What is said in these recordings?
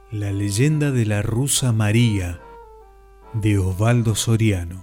La leyenda de la rusa María, de Osvaldo Soriano.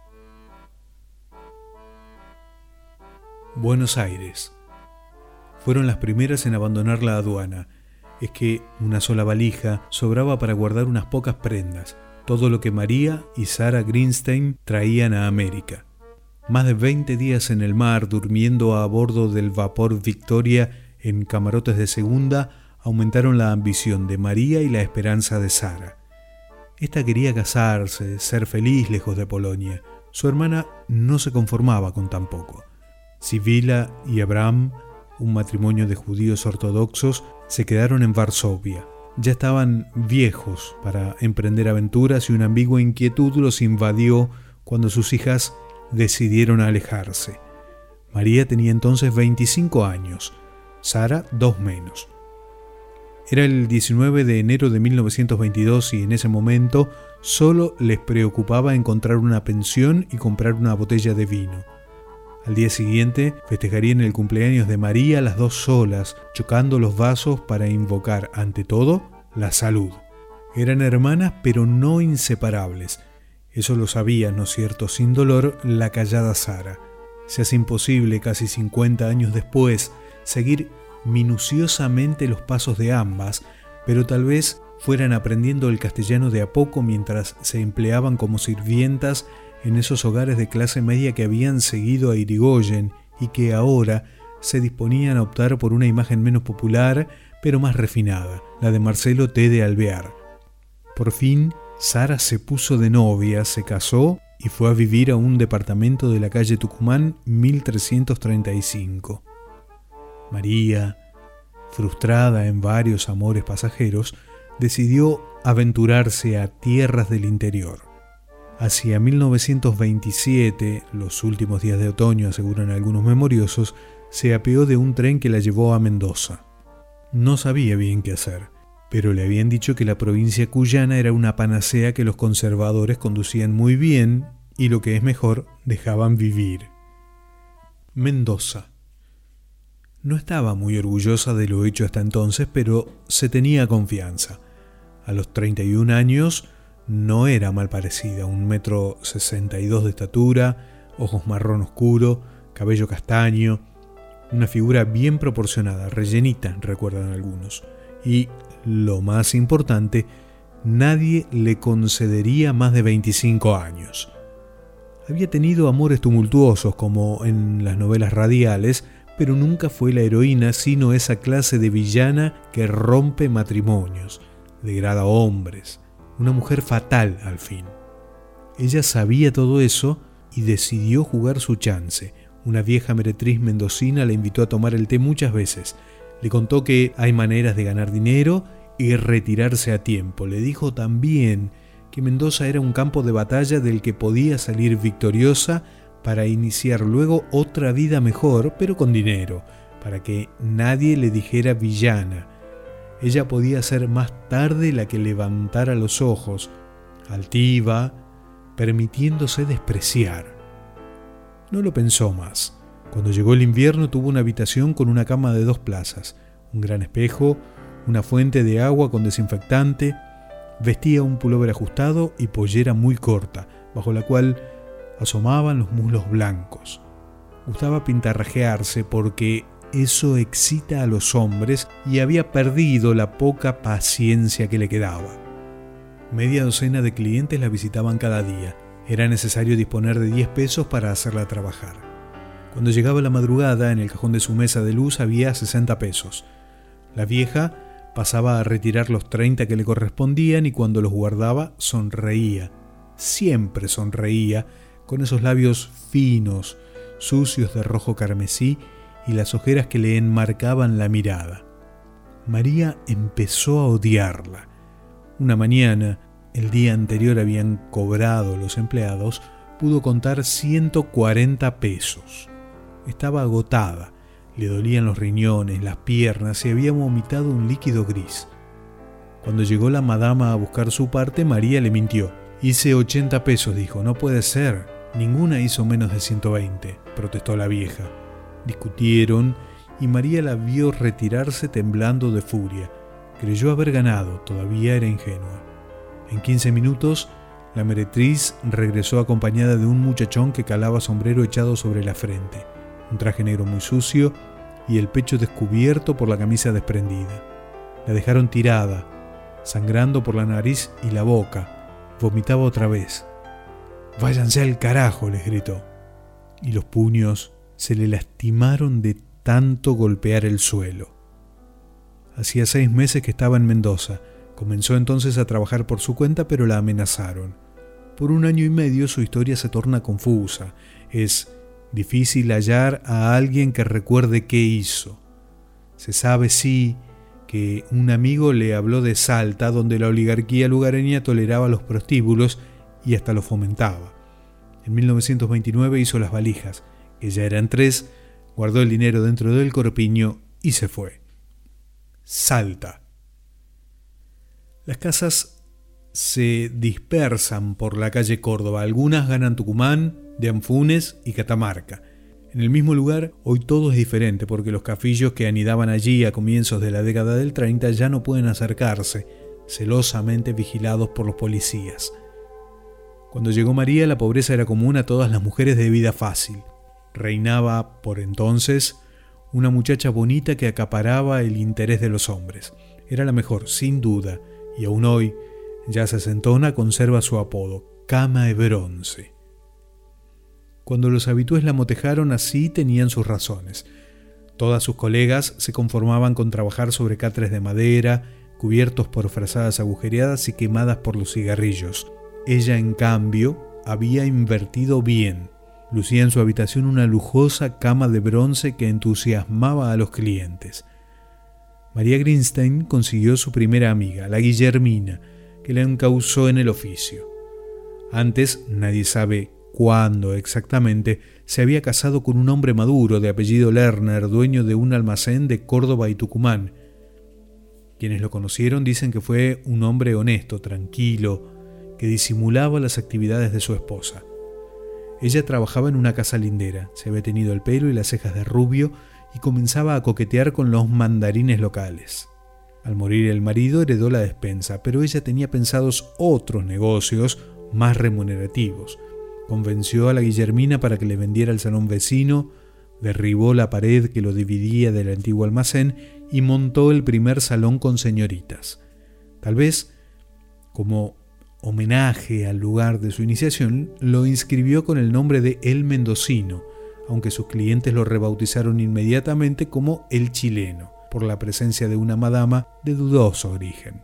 Buenos Aires. Fueron las primeras en abandonar la aduana. Es que una sola valija sobraba para guardar unas pocas prendas, todo lo que María y Sara Greenstein traían a América. Más de 20 días en el mar, durmiendo a bordo del vapor Victoria en camarotes de segunda, aumentaron la ambición de María y la esperanza de Sara. Esta quería casarse, ser feliz lejos de Polonia. Su hermana no se conformaba con tan poco. Sibila y Abraham, un matrimonio de judíos ortodoxos, se quedaron en Varsovia. Ya estaban viejos para emprender aventuras y una ambigua inquietud los invadió cuando sus hijas decidieron alejarse. María tenía entonces 25 años, Sara 2 menos. Era el 19 de enero de 1922 y en ese momento solo les preocupaba encontrar una pensión y comprar una botella de vino. Al día siguiente festejarían el cumpleaños de María las dos solas, chocando los vasos para invocar, ante todo, la salud. Eran hermanas, pero no inseparables. Eso lo sabía, ¿no es cierto?, sin dolor, la callada Sara. Se hace imposible, casi 50 años después, seguir minuciosamente los pasos de ambas, pero tal vez fueran aprendiendo el castellano de a poco mientras se empleaban como sirvientas en esos hogares de clase media que habían seguido a Irigoyen y que ahora se disponían a optar por una imagen menos popular, pero más refinada, la de Marcelo T. de Alvear. Por fin, Sara se puso de novia, se casó y fue a vivir a un departamento de la calle Tucumán 1335. María, frustrada en varios amores pasajeros, decidió aventurarse a tierras del interior. Hacia 1927, los últimos días de otoño, aseguran algunos memoriosos, se apeó de un tren que la llevó a Mendoza. No sabía bien qué hacer, pero le habían dicho que la provincia cuyana era una panacea que los conservadores conducían muy bien y, lo que es mejor, dejaban vivir. Mendoza. No estaba muy orgullosa de lo hecho hasta entonces, pero se tenía confianza. A los 31 años no era mal parecida, 1,62 m de estatura, ojos marrón oscuro, cabello castaño, una figura bien proporcionada, rellenita, recuerdan algunos. Y, lo más importante, nadie le concedería más de 25 años. Había tenido amores tumultuosos, como en las novelas radiales, pero nunca fue la heroína, sino esa clase de villana que rompe matrimonios, degrada hombres, una mujer fatal al fin. Ella sabía todo eso y decidió jugar su chance. Una vieja meretriz mendocina la invitó a tomar el té muchas veces. Le contó que hay maneras de ganar dinero y retirarse a tiempo. Le dijo también que Mendoza era un campo de batalla del que podía salir victoriosa para iniciar luego otra vida mejor, pero con dinero, para que nadie le dijera villana. Ella podía ser más tarde la que levantara los ojos, altiva, permitiéndose despreciar. No lo pensó más. Cuando llegó el invierno tuvo una habitación con una cama de 2 plazas, un gran espejo, una fuente de agua con desinfectante, vestía un pullover ajustado y pollera muy corta, bajo la cual asomaban los muslos blancos. Gustaba pintarrajearse porque eso excita a los hombres y había perdido la poca paciencia que le quedaba. Media docena de clientes la visitaban cada día. Era necesario disponer de 10 pesos para hacerla trabajar. Cuando llegaba la madrugada, en el cajón de su mesa de luz había 60 pesos. La vieja pasaba a retirar los 30 que le correspondían y cuando los guardaba sonreía. Siempre sonreía, con esos labios finos, sucios de rojo carmesí y las ojeras que le enmarcaban la mirada. María empezó a odiarla. Una mañana, el día anterior habían cobrado los empleados, pudo contar 140 pesos. Estaba agotada, le dolían los riñones, las piernas y había vomitado un líquido gris. Cuando llegó la madama a buscar su parte, María le mintió. Hice 80 pesos, dijo. No puede ser. Ninguna hizo menos de 120, protestó la vieja. Discutieron y María la vio retirarse temblando de furia. Creyó haber ganado, todavía era ingenua. En 15 minutos, la meretriz regresó acompañada de un muchachón que calaba sombrero echado sobre la frente, un traje negro muy sucio y el pecho descubierto por la camisa desprendida. La dejaron tirada, sangrando por la nariz y la boca. Vomitaba otra vez. «Váyanse al carajo», les gritó. Y los puños se le lastimaron de tanto golpear el suelo. Hacía 6 meses que estaba en Mendoza. Comenzó entonces a trabajar por su cuenta, pero la amenazaron. Por 1 año y medio su historia se torna confusa. Es difícil hallar a alguien que recuerde qué hizo. Se sabe, sí, que un amigo le habló de Salta, donde la oligarquía lugareña toleraba los prostíbulos y hasta los fomentaba. En 1929 hizo las valijas, que ya eran 3, guardó el dinero dentro del corpiño y se fue. Salta. Las casas se dispersan por la calle Córdoba. Algunas ganan Tucumán, de Anfunes y Catamarca. En el mismo lugar, hoy todo es diferente porque los cafillos que anidaban allí a comienzos de la década del 30 ya no pueden acercarse, celosamente vigilados por los policías. Cuando llegó María, la pobreza era común a todas las mujeres de vida fácil. Reinaba, por entonces, una muchacha bonita que acaparaba el interés de los hombres. Era la mejor, sin duda, y aún hoy, ya sesentona, conserva su apodo, Cama de Bronce. Cuando los habitués la motejaron así, tenían sus razones. Todas sus colegas se conformaban con trabajar sobre catres de madera, cubiertos por frazadas agujereadas y quemadas por los cigarrillos. Ella, en cambio, había invertido bien. Lucía en su habitación una lujosa cama de bronce que entusiasmaba a los clientes. María Greenstein consiguió su primera amiga, la Guillermina, que la encauzó en el oficio. Antes, nadie sabe cuándo exactamente, se había casado con un hombre maduro de apellido Lerner, dueño de un almacén de Córdoba y Tucumán. Quienes lo conocieron dicen que fue un hombre honesto, tranquilo, que disimulaba las actividades de su esposa. Ella trabajaba en una casa lindera, se había teñido el pelo y las cejas de rubio y comenzaba a coquetear con los mandarines locales. Al morir el marido heredó la despensa, pero ella tenía pensados otros negocios más remunerativos. Convenció a la Guillermina para que le vendiera el salón vecino, derribó la pared que lo dividía del antiguo almacén y montó el primer salón con señoritas. Tal vez, como homenaje al lugar de su iniciación, lo inscribió con el nombre de El Mendocino, aunque sus clientes lo rebautizaron inmediatamente como El Chileno, por la presencia de una madama de dudoso origen.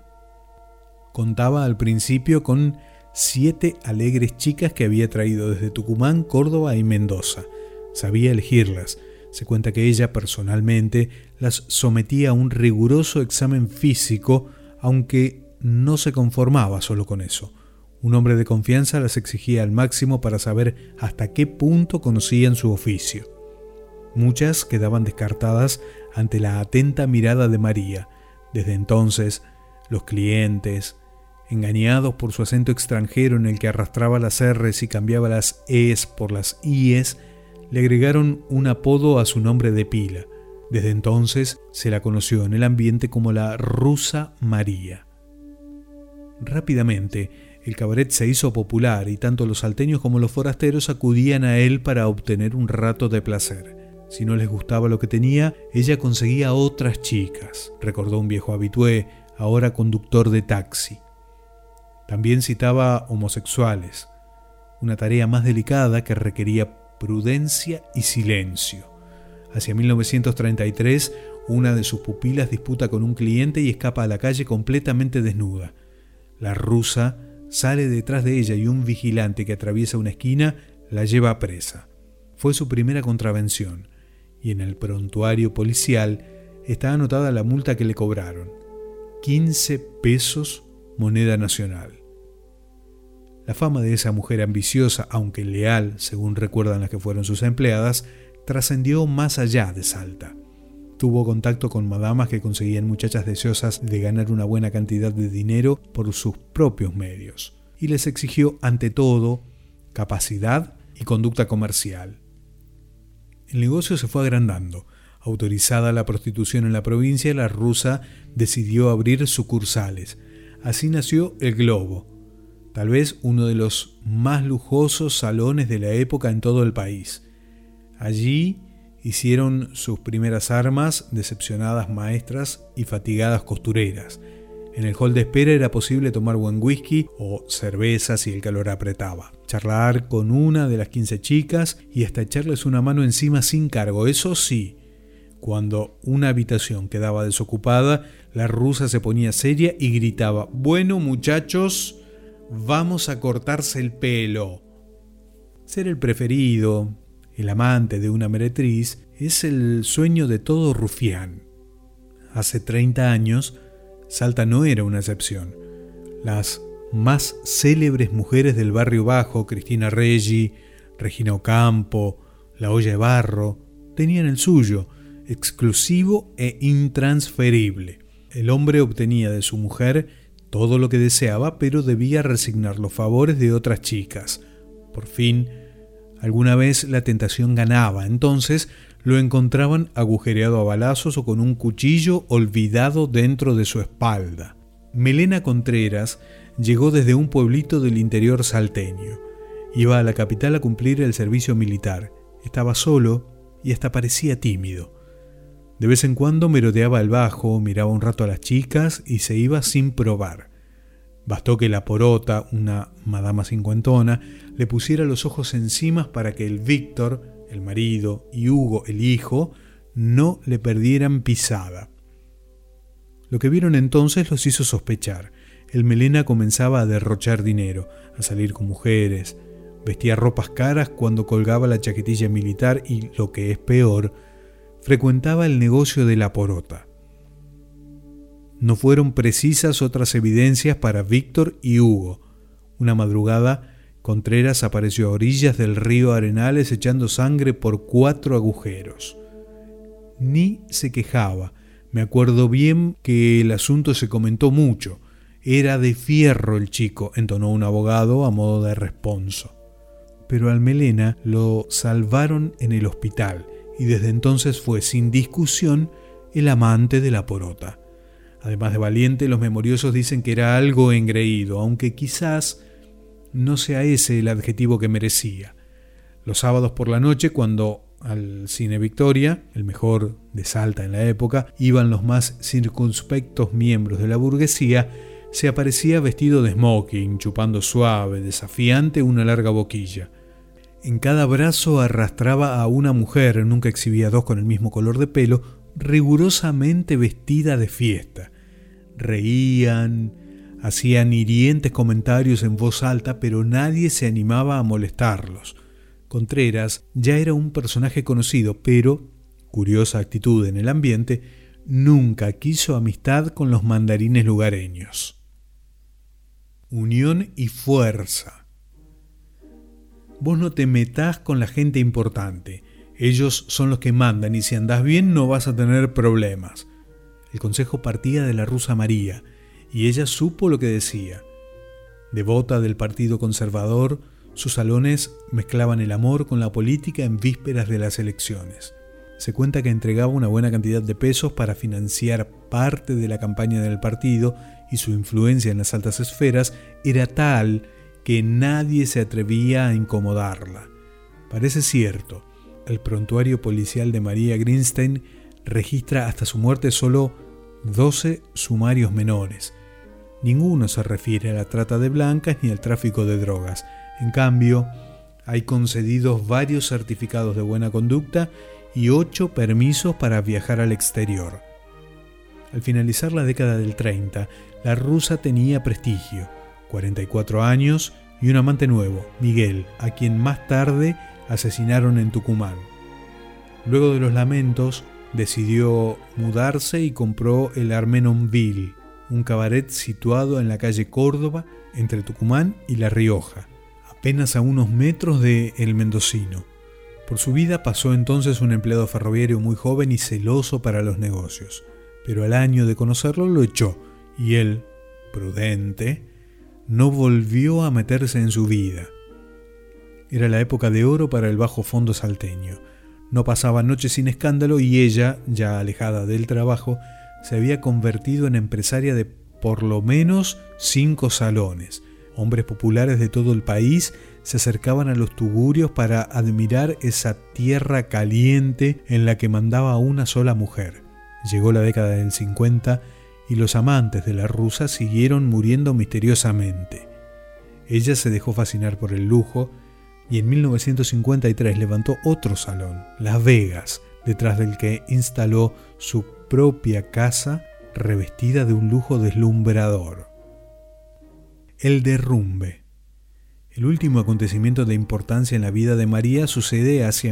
Contaba al principio con 7 alegres chicas que había traído desde Tucumán, Córdoba y Mendoza. Sabía elegirlas. Se cuenta que ella personalmente las sometía a un riguroso examen físico, aunque no se conformaba solo con eso. Un hombre de confianza las exigía al máximo para saber hasta qué punto conocían su oficio. Muchas quedaban descartadas ante la atenta mirada de María. Desde entonces, los clientes, engañados por su acento extranjero en el que arrastraba las R's y cambiaba las E's por las I's, le agregaron un apodo a su nombre de pila. Desde entonces se la conoció en el ambiente como la Rusa María. Rápidamente, el cabaret se hizo popular y tanto los salteños como los forasteros acudían a él para obtener un rato de placer. Si no les gustaba lo que tenía, ella conseguía otras chicas, recordó un viejo habitué, ahora conductor de taxi. También citaba homosexuales, una tarea más delicada que requería prudencia y silencio. Hacia 1933, una de sus pupilas disputa con un cliente y escapa a la calle completamente desnuda. La rusa sale detrás de ella y un vigilante que atraviesa una esquina la lleva presa. Fue su primera contravención y en el prontuario policial está anotada la multa que le cobraron: 15 pesos moneda nacional. La fama de esa mujer ambiciosa, aunque leal, según recuerdan las que fueron sus empleadas, trascendió más allá de Salta. Tuvo contacto con madamas que conseguían muchachas deseosas de ganar una buena cantidad de dinero por sus propios medios, y les exigió, ante todo, capacidad y conducta comercial. El negocio se fue agrandando. Autorizada la prostitución en la provincia, la rusa decidió abrir sucursales. Así nació El Globo, tal vez uno de los más lujosos salones de la época en todo el país. Allí hicieron sus primeras armas decepcionadas maestras y fatigadas costureras. En el hall de espera era posible tomar buen whisky o cerveza si el calor apretaba, charlar con una de las 15 chicas y hasta echarles una mano encima sin cargo. Eso sí, cuando una habitación quedaba desocupada, la rusa se ponía seria y gritaba: «Bueno, muchachos, vamos a cortarse el pelo». Ser el preferido, el amante de una meretriz, es el sueño de todo rufián. Hace 30 años, Salta no era una excepción. Las más célebres mujeres del barrio bajo, Cristina Reggi, Regina Ocampo, La Olla de Barro, tenían el suyo, exclusivo e intransferible. El hombre obtenía de su mujer todo lo que deseaba, pero debía resignar los favores de otras chicas. Por fin, alguna vez la tentación ganaba, entonces lo encontraban agujereado a balazos o con un cuchillo olvidado dentro de su espalda. Melena Contreras llegó desde un pueblito del interior salteño. Iba a la capital a cumplir el servicio militar. Estaba solo y hasta parecía tímido. De vez en cuando merodeaba el bajo, miraba un rato a las chicas y se iba sin probar. Bastó que la porota, una madama cincuentona, le pusiera los ojos encima para que el Víctor, el marido, y Hugo, el hijo, no le perdieran pisada. Lo que vieron entonces los hizo sospechar. El Melena comenzaba a derrochar dinero, a salir con mujeres, vestía ropas caras cuando colgaba la chaquetilla militar y, lo que es peor, frecuentaba el negocio de la porota. No fueron precisas otras evidencias para Víctor y Hugo. Una madrugada, Contreras apareció a orillas del río Arenales echando sangre por 4 agujeros. Ni se quejaba. Me acuerdo bien que el asunto se comentó mucho. Era de fierro el chico, entonó un abogado a modo de responso. Pero al Melena lo salvaron en el hospital y desde entonces fue, sin discusión, el amante de la porota. Además de valiente, los memoriosos dicen que era algo engreído, aunque quizás no sea ese el adjetivo que merecía. Los sábados por la noche, cuando al Cine Victoria, el mejor de Salta en la época, iban los más circunspectos miembros de la burguesía, se aparecía vestido de smoking, chupando suave, desafiante, una larga boquilla. En cada brazo arrastraba a una mujer, nunca exhibía 2 con el mismo color de pelo, rigurosamente vestida de fiesta. Reían, hacían hirientes comentarios en voz alta, pero nadie se animaba a molestarlos. Contreras ya era un personaje conocido, pero, curiosa actitud en el ambiente, nunca quiso amistad con los mandarines lugareños. Unión y fuerza. Vos no te metás con la gente importante. Ellos son los que mandan y si andás bien no vas a tener problemas. El consejo partía de la rusa María y ella supo lo que decía. Devota del Partido Conservador, sus salones mezclaban el amor con la política en vísperas de las elecciones. Se cuenta que entregaba una buena cantidad de pesos para financiar parte de la campaña del partido y su influencia en las altas esferas era tal que nadie se atrevía a incomodarla. Parece cierto, el prontuario policial de María Greenstein registra hasta su muerte solo 12 sumarios menores. Ninguno se refiere a la trata de blancas ni al tráfico de drogas. En cambio, hay concedidos varios certificados de buena conducta y 8 permisos para viajar al exterior. Al finalizar la década del 30, la rusa tenía prestigio, 44 años y un amante nuevo, Miguel, a quien más tarde asesinaron en Tucumán. Luego de los lamentos, decidió mudarse y compró el Armenonville, un cabaret situado en la calle Córdoba, entre Tucumán y La Rioja, apenas a unos metros de El Mendocino. Por su vida pasó entonces un empleado ferroviario muy joven y celoso para los negocios, pero al año de conocerlo lo echó y él, prudente, no volvió a meterse en su vida. Era la época de oro para el bajo fondo salteño. No pasaba noche sin escándalo y ella, ya alejada del trabajo, se había convertido en empresaria de por lo menos 5 salones. Hombres populares de todo el país se acercaban a los tugurios para admirar esa tierra caliente en la que mandaba una sola mujer. Llegó la década del 50 y los amantes de la rusa siguieron muriendo misteriosamente. Ella se dejó fascinar por el lujo y en 1953 levantó otro salón, Las Vegas, detrás del que instaló su propia casa revestida de un lujo deslumbrador. El derrumbe. El último acontecimiento de importancia en la vida de María sucede hacia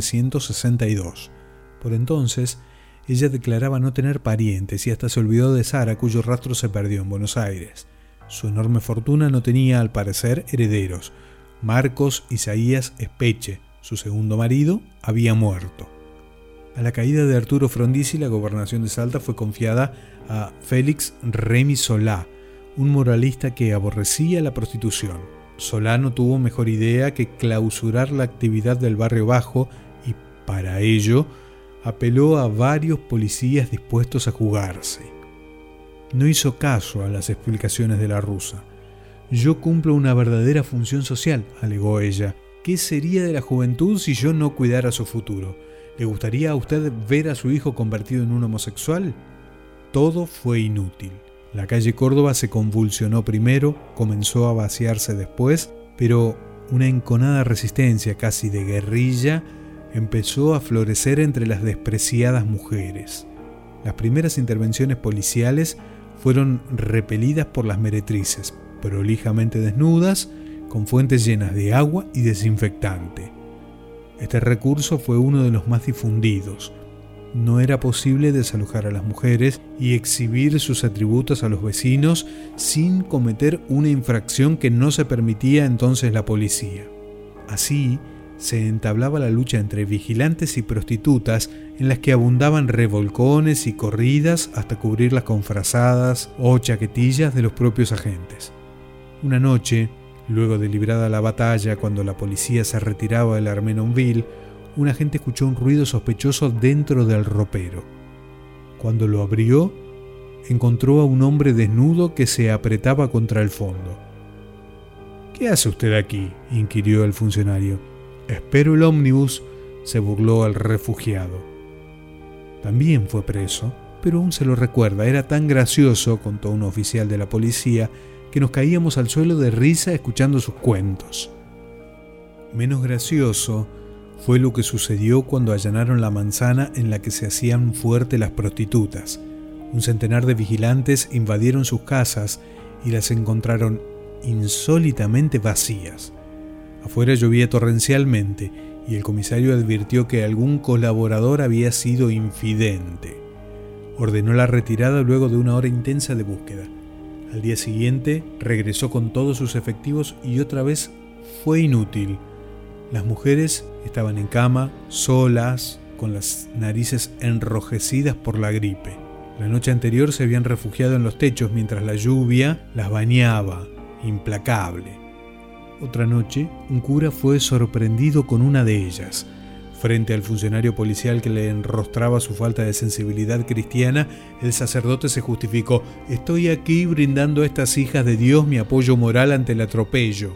1962. Por entonces, ella declaraba no tener parientes y hasta se olvidó de Sara, cuyo rastro se perdió en Buenos Aires. Su enorme fortuna no tenía, al parecer, herederos. Marcos Isaías Espeche, su segundo marido, había muerto. A la caída de Arturo Frondizi, la gobernación de Salta fue confiada a Félix Remy Solá, un moralista que aborrecía la prostitución. Solá no tuvo mejor idea que clausurar la actividad del barrio bajo y, para ello, apeló a varios policías dispuestos a jugarse. No hizo caso a las explicaciones de la rusa. «Yo cumplo una verdadera función social», alegó ella. «¿Qué sería de la juventud si yo no cuidara su futuro? ¿Le gustaría a usted ver a su hijo convertido en un homosexual?» Todo fue inútil. La calle Córdoba se convulsionó primero, comenzó a vaciarse después, pero una enconada resistencia casi de guerrilla empezó a florecer entre las despreciadas mujeres. Las primeras intervenciones policiales fueron repelidas por las meretrices, prolijamente desnudas, con fuentes llenas de agua y desinfectante. Este recurso fue uno de los más difundidos. No era posible desalojar a las mujeres y exhibir sus atributos a los vecinos sin cometer una infracción que no se permitía entonces la policía. Así se entablaba la lucha entre vigilantes y prostitutas, en las que abundaban revolcones y corridas hasta cubrirlas con frazadas o chaquetillas de los propios agentes. Una noche, luego de librada la batalla, cuando la policía se retiraba del Armenonville, un agente escuchó un ruido sospechoso dentro del ropero. Cuando lo abrió, encontró a un hombre desnudo que se apretaba contra el fondo. «¿Qué hace usted aquí?», inquirió el funcionario. «Espero el ómnibus», se burló el refugiado. También fue preso, pero aún se lo recuerda. Era tan gracioso, contó un oficial de la policía, que nos caíamos al suelo de risa escuchando sus cuentos. Menos gracioso fue lo que sucedió cuando allanaron la manzana en la que se hacían fuertes las prostitutas. Un centenar de vigilantes invadieron sus casas y las encontraron insólitamente vacías. Afuera llovía torrencialmente y el comisario advirtió que algún colaborador había sido infidente. Ordenó la retirada luego de una hora intensa de búsqueda. Al día siguiente regresó con todos sus efectivos y otra vez fue inútil. Las mujeres estaban en cama, solas, con las narices enrojecidas por la gripe. La noche anterior se habían refugiado en los techos mientras la lluvia las bañaba, implacable. Otra noche, un cura fue sorprendido con una de ellas. Frente al funcionario policial que le enrostraba su falta de sensibilidad cristiana, el sacerdote se justificó: «Estoy aquí brindando a estas hijas de Dios mi apoyo moral ante el atropello».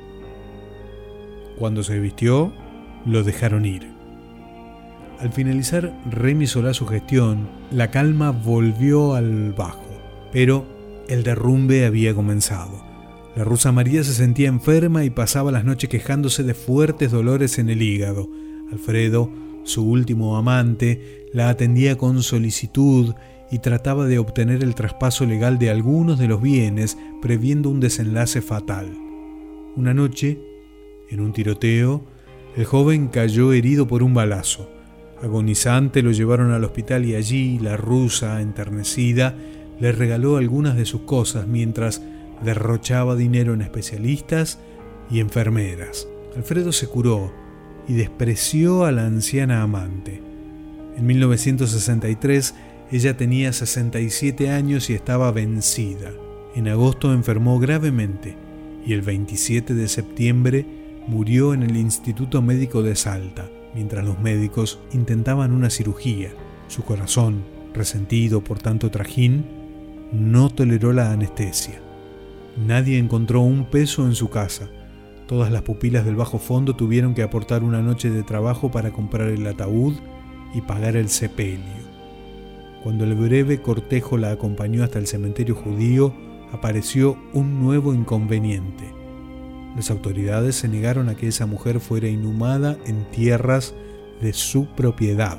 Cuando se vistió, lo dejaron ir. Al finalizar Remy Solá su gestión, la calma volvió al bajo, pero el derrumbe había comenzado. La rusa María se sentía enferma y pasaba las noches quejándose de fuertes dolores en el hígado. Alfredo, su último amante, la atendía con solicitud y trataba de obtener el traspaso legal de algunos de los bienes, previendo un desenlace fatal. Una noche, en un tiroteo, el joven cayó herido por un balazo. Agonizante lo llevaron al hospital y allí la rusa, enternecida, le regaló algunas de sus cosas mientras derrochaba dinero en especialistas y enfermeras. Alfredo se curó y despreció a la anciana amante. En 1963 ella tenía 67 años y estaba vencida. En agosto enfermó gravemente y el 27 de septiembre murió en el Instituto Médico de Salta. mientras los médicos intentaban una cirugía. Su corazón, resentido por tanto trajín, no toleró la anestesia. Nadie encontró un peso en su casa. Todas las pupilas del bajo fondo tuvieron que aportar una noche de trabajo para comprar el ataúd y pagar el sepelio. Cuando el breve cortejo la acompañó hasta el cementerio judío, apareció un nuevo inconveniente. Las autoridades se negaron a que esa mujer fuera inhumada en tierras de su propiedad.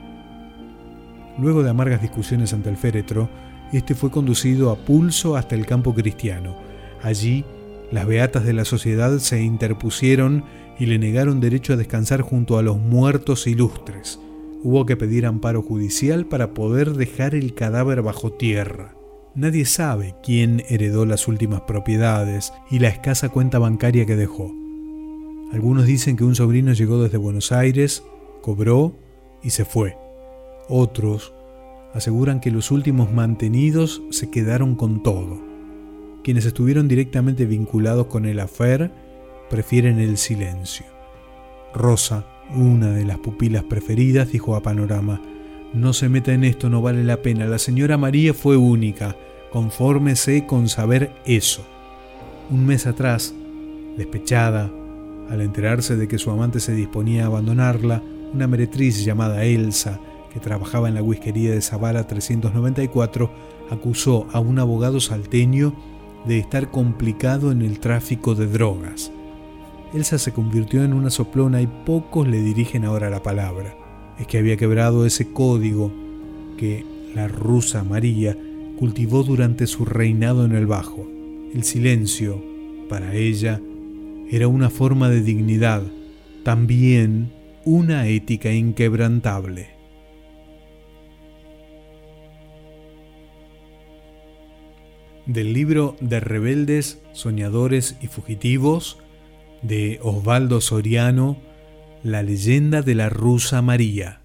Luego de amargas discusiones ante el féretro, este fue conducido a pulso hasta el campo cristiano. Allí, las beatas de la sociedad se interpusieron y le negaron derecho a descansar junto a los muertos ilustres. Hubo que pedir amparo judicial para poder dejar el cadáver bajo tierra. Nadie sabe quién heredó las últimas propiedades y la escasa cuenta bancaria que dejó. Algunos dicen que un sobrino llegó desde Buenos Aires, cobró y se fue. Otros aseguran que los últimos mantenidos se quedaron con todo. Quienes estuvieron directamente vinculados con el affair prefieren el silencio. Rosa, una de las pupilas preferidas, dijo a Panorama: «No se meta en esto, no vale la pena. La señora María fue única. Confórmese con saber eso». Un mes atrás, despechada, al enterarse de que su amante se disponía a abandonarla, una meretriz llamada Elsa, que trabajaba en la whiskería de Zavala 394, acusó a un abogado salteño de estar complicado en el tráfico de drogas. Elsa se convirtió en una soplona y pocos le dirigen ahora la palabra. Es que había quebrado ese código que la rusa María cultivó durante su reinado en el Bajo. El silencio, para ella, era una forma de dignidad, también una ética inquebrantable. Del libro de Rebeldes, Soñadores y Fugitivos, de Osvaldo Soriano, La leyenda de la rusa María.